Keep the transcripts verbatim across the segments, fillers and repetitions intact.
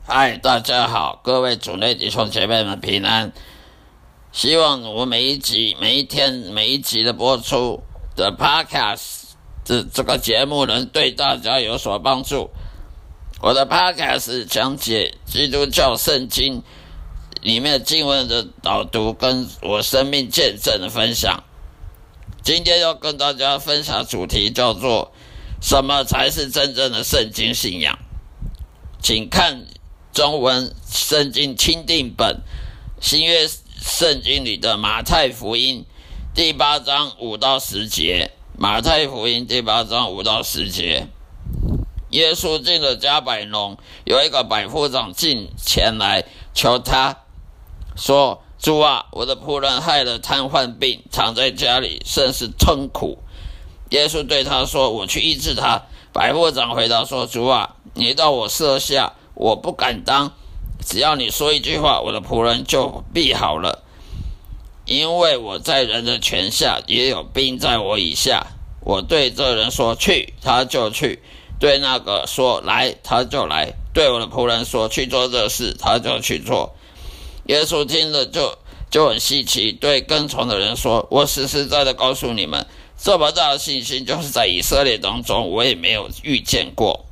嗨，大家好，各位主内弟兄姐妹们平安。希望我每一集、每一天、每一集的播出的 Podcast 这这个节目能对大家有所帮助。我的 Podcast 讲解基督教圣经里面经文的导读，跟我生命见证的分享。今天要跟大家分享主题叫做什么才是真正的圣经信仰。请看中文圣经钦定本新约圣经里的马太福音第八章五到十节。马太福音第八章五到十节，耶稣进了迦百农，有一个百夫长进前来求他说：主啊，我的仆人害了瘫痪病，躺在家里，甚是痛苦。耶稣对他说：我去医治他。百夫长回答说：主啊，你到我舍下，我不敢当，只要你说一句话，我的仆人就必好了。因为我在人的权下，也有兵在我以下。我对这人说去，他就去；对那个说来，他就来；对我的仆人说去做这事，他就去做。耶稣听了就就很稀奇，对跟从的人说：我实实在在告诉你们，这么大的信心，就是在以色列当中我也没有遇见过。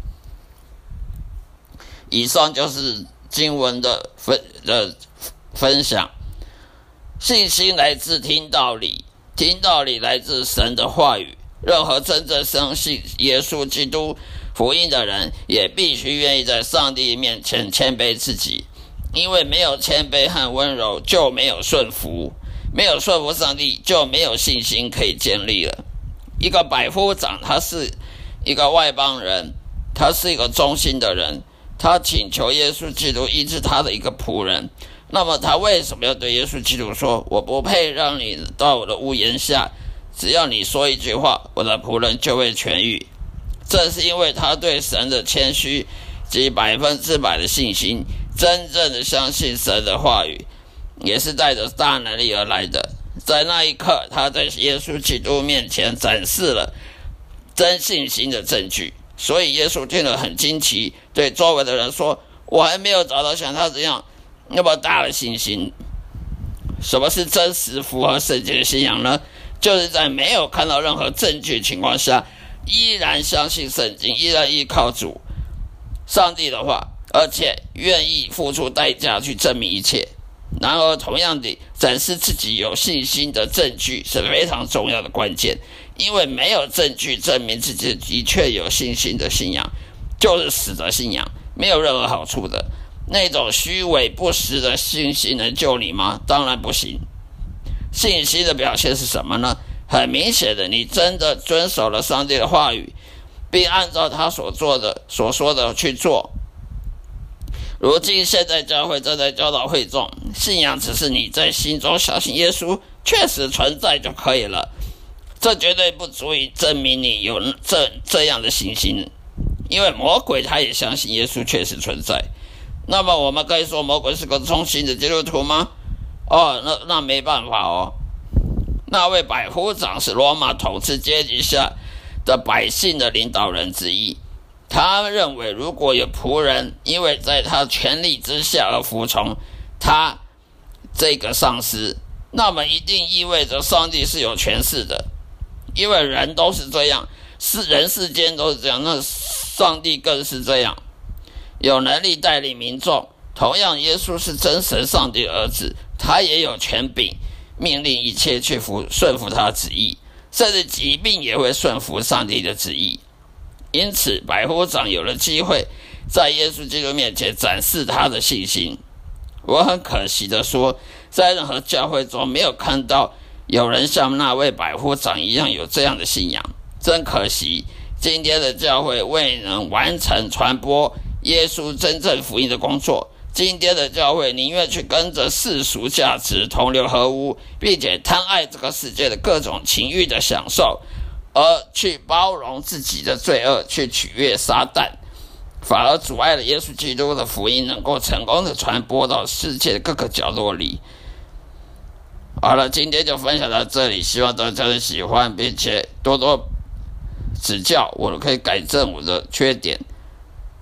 以上就是经文的分的分享。信心来自听道理，听道理来自神的话语。任何真正相信耶稣基督福音的人，也必须愿意在上帝面前谦卑自己，因为没有谦卑和温柔，就没有顺服，没有顺服上帝，就没有信心可以建立了。一个百夫长，他是一个外邦人，他是一个忠心的人，他请求耶稣基督医治他的一个仆人。那么他为什么要对耶稣基督说：我不配让你到我的屋檐下，只要你说一句话，我的仆人就会痊愈？正是因为他对神的谦虚及百分之百的信心，真正的相信神的话语，也是带着大能力而来的。在那一刻，他在耶稣基督面前展示了真信心的证据。所以耶稣听了很惊奇，对周围的人说：我还没有找到像他这样那么大的信心。什么是真实符合圣经的信仰呢？就是在没有看到任何证据的情况下，依然相信圣经，依然依靠主上帝的话，而且愿意付出代价去证明一切。然而同样的，展示自己有信心的证据是非常重要的关键。因为没有证据证明自己的确有信心的信仰，就是死的信仰，没有任何好处的。那种虚伪不实的信心能救你吗？当然不行。信心的表现是什么呢？很明显的，你真的遵守了上帝的话语，并按照他所做的所说的去做。如今现在教会正在教导会众，信仰只是你在心中相信耶稣确实存在就可以了，这绝对不足以证明你有这这样的信心，因为魔鬼他也相信耶稣确实存在。那么我们可以说魔鬼是个忠心的基督徒吗？哦，那那没办法哦。那位百夫长是罗马统治阶级下的百姓的领导人之一，他认为如果有仆人因为在他权力之下而服从他这个上司，那么一定意味着上帝是有权势的，因为人都是这样，是人世间都是这样，那上帝更是这样，有能力带领民众。同样，耶稣是真神上帝的儿子，他也有权柄命令一切去服顺服他的旨意，甚至疾病也会顺服上帝的旨意。因此百夫长有了机会在耶稣基督面前展示他的信心。我很可惜的说，在任何教会中没有看到有人像那位百夫长一样有这样的信仰，真可惜。今天的教会未能完成传播耶稣真正福音的工作。今天的教会宁愿去跟着世俗价值同流合污，并且贪爱这个世界的各种情欲的享受，而去包容自己的罪恶，去取悦撒旦，反而阻碍了耶稣基督的福音能够成功的传播到世界的各个角落里。好了，今天就分享到这里，希望大家喜欢，并且多多指教，我可以改正我的缺点。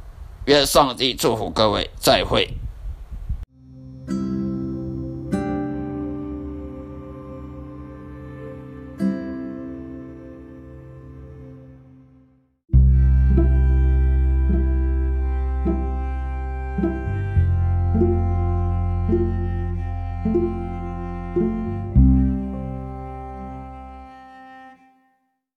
愿上帝祝福各位，再会。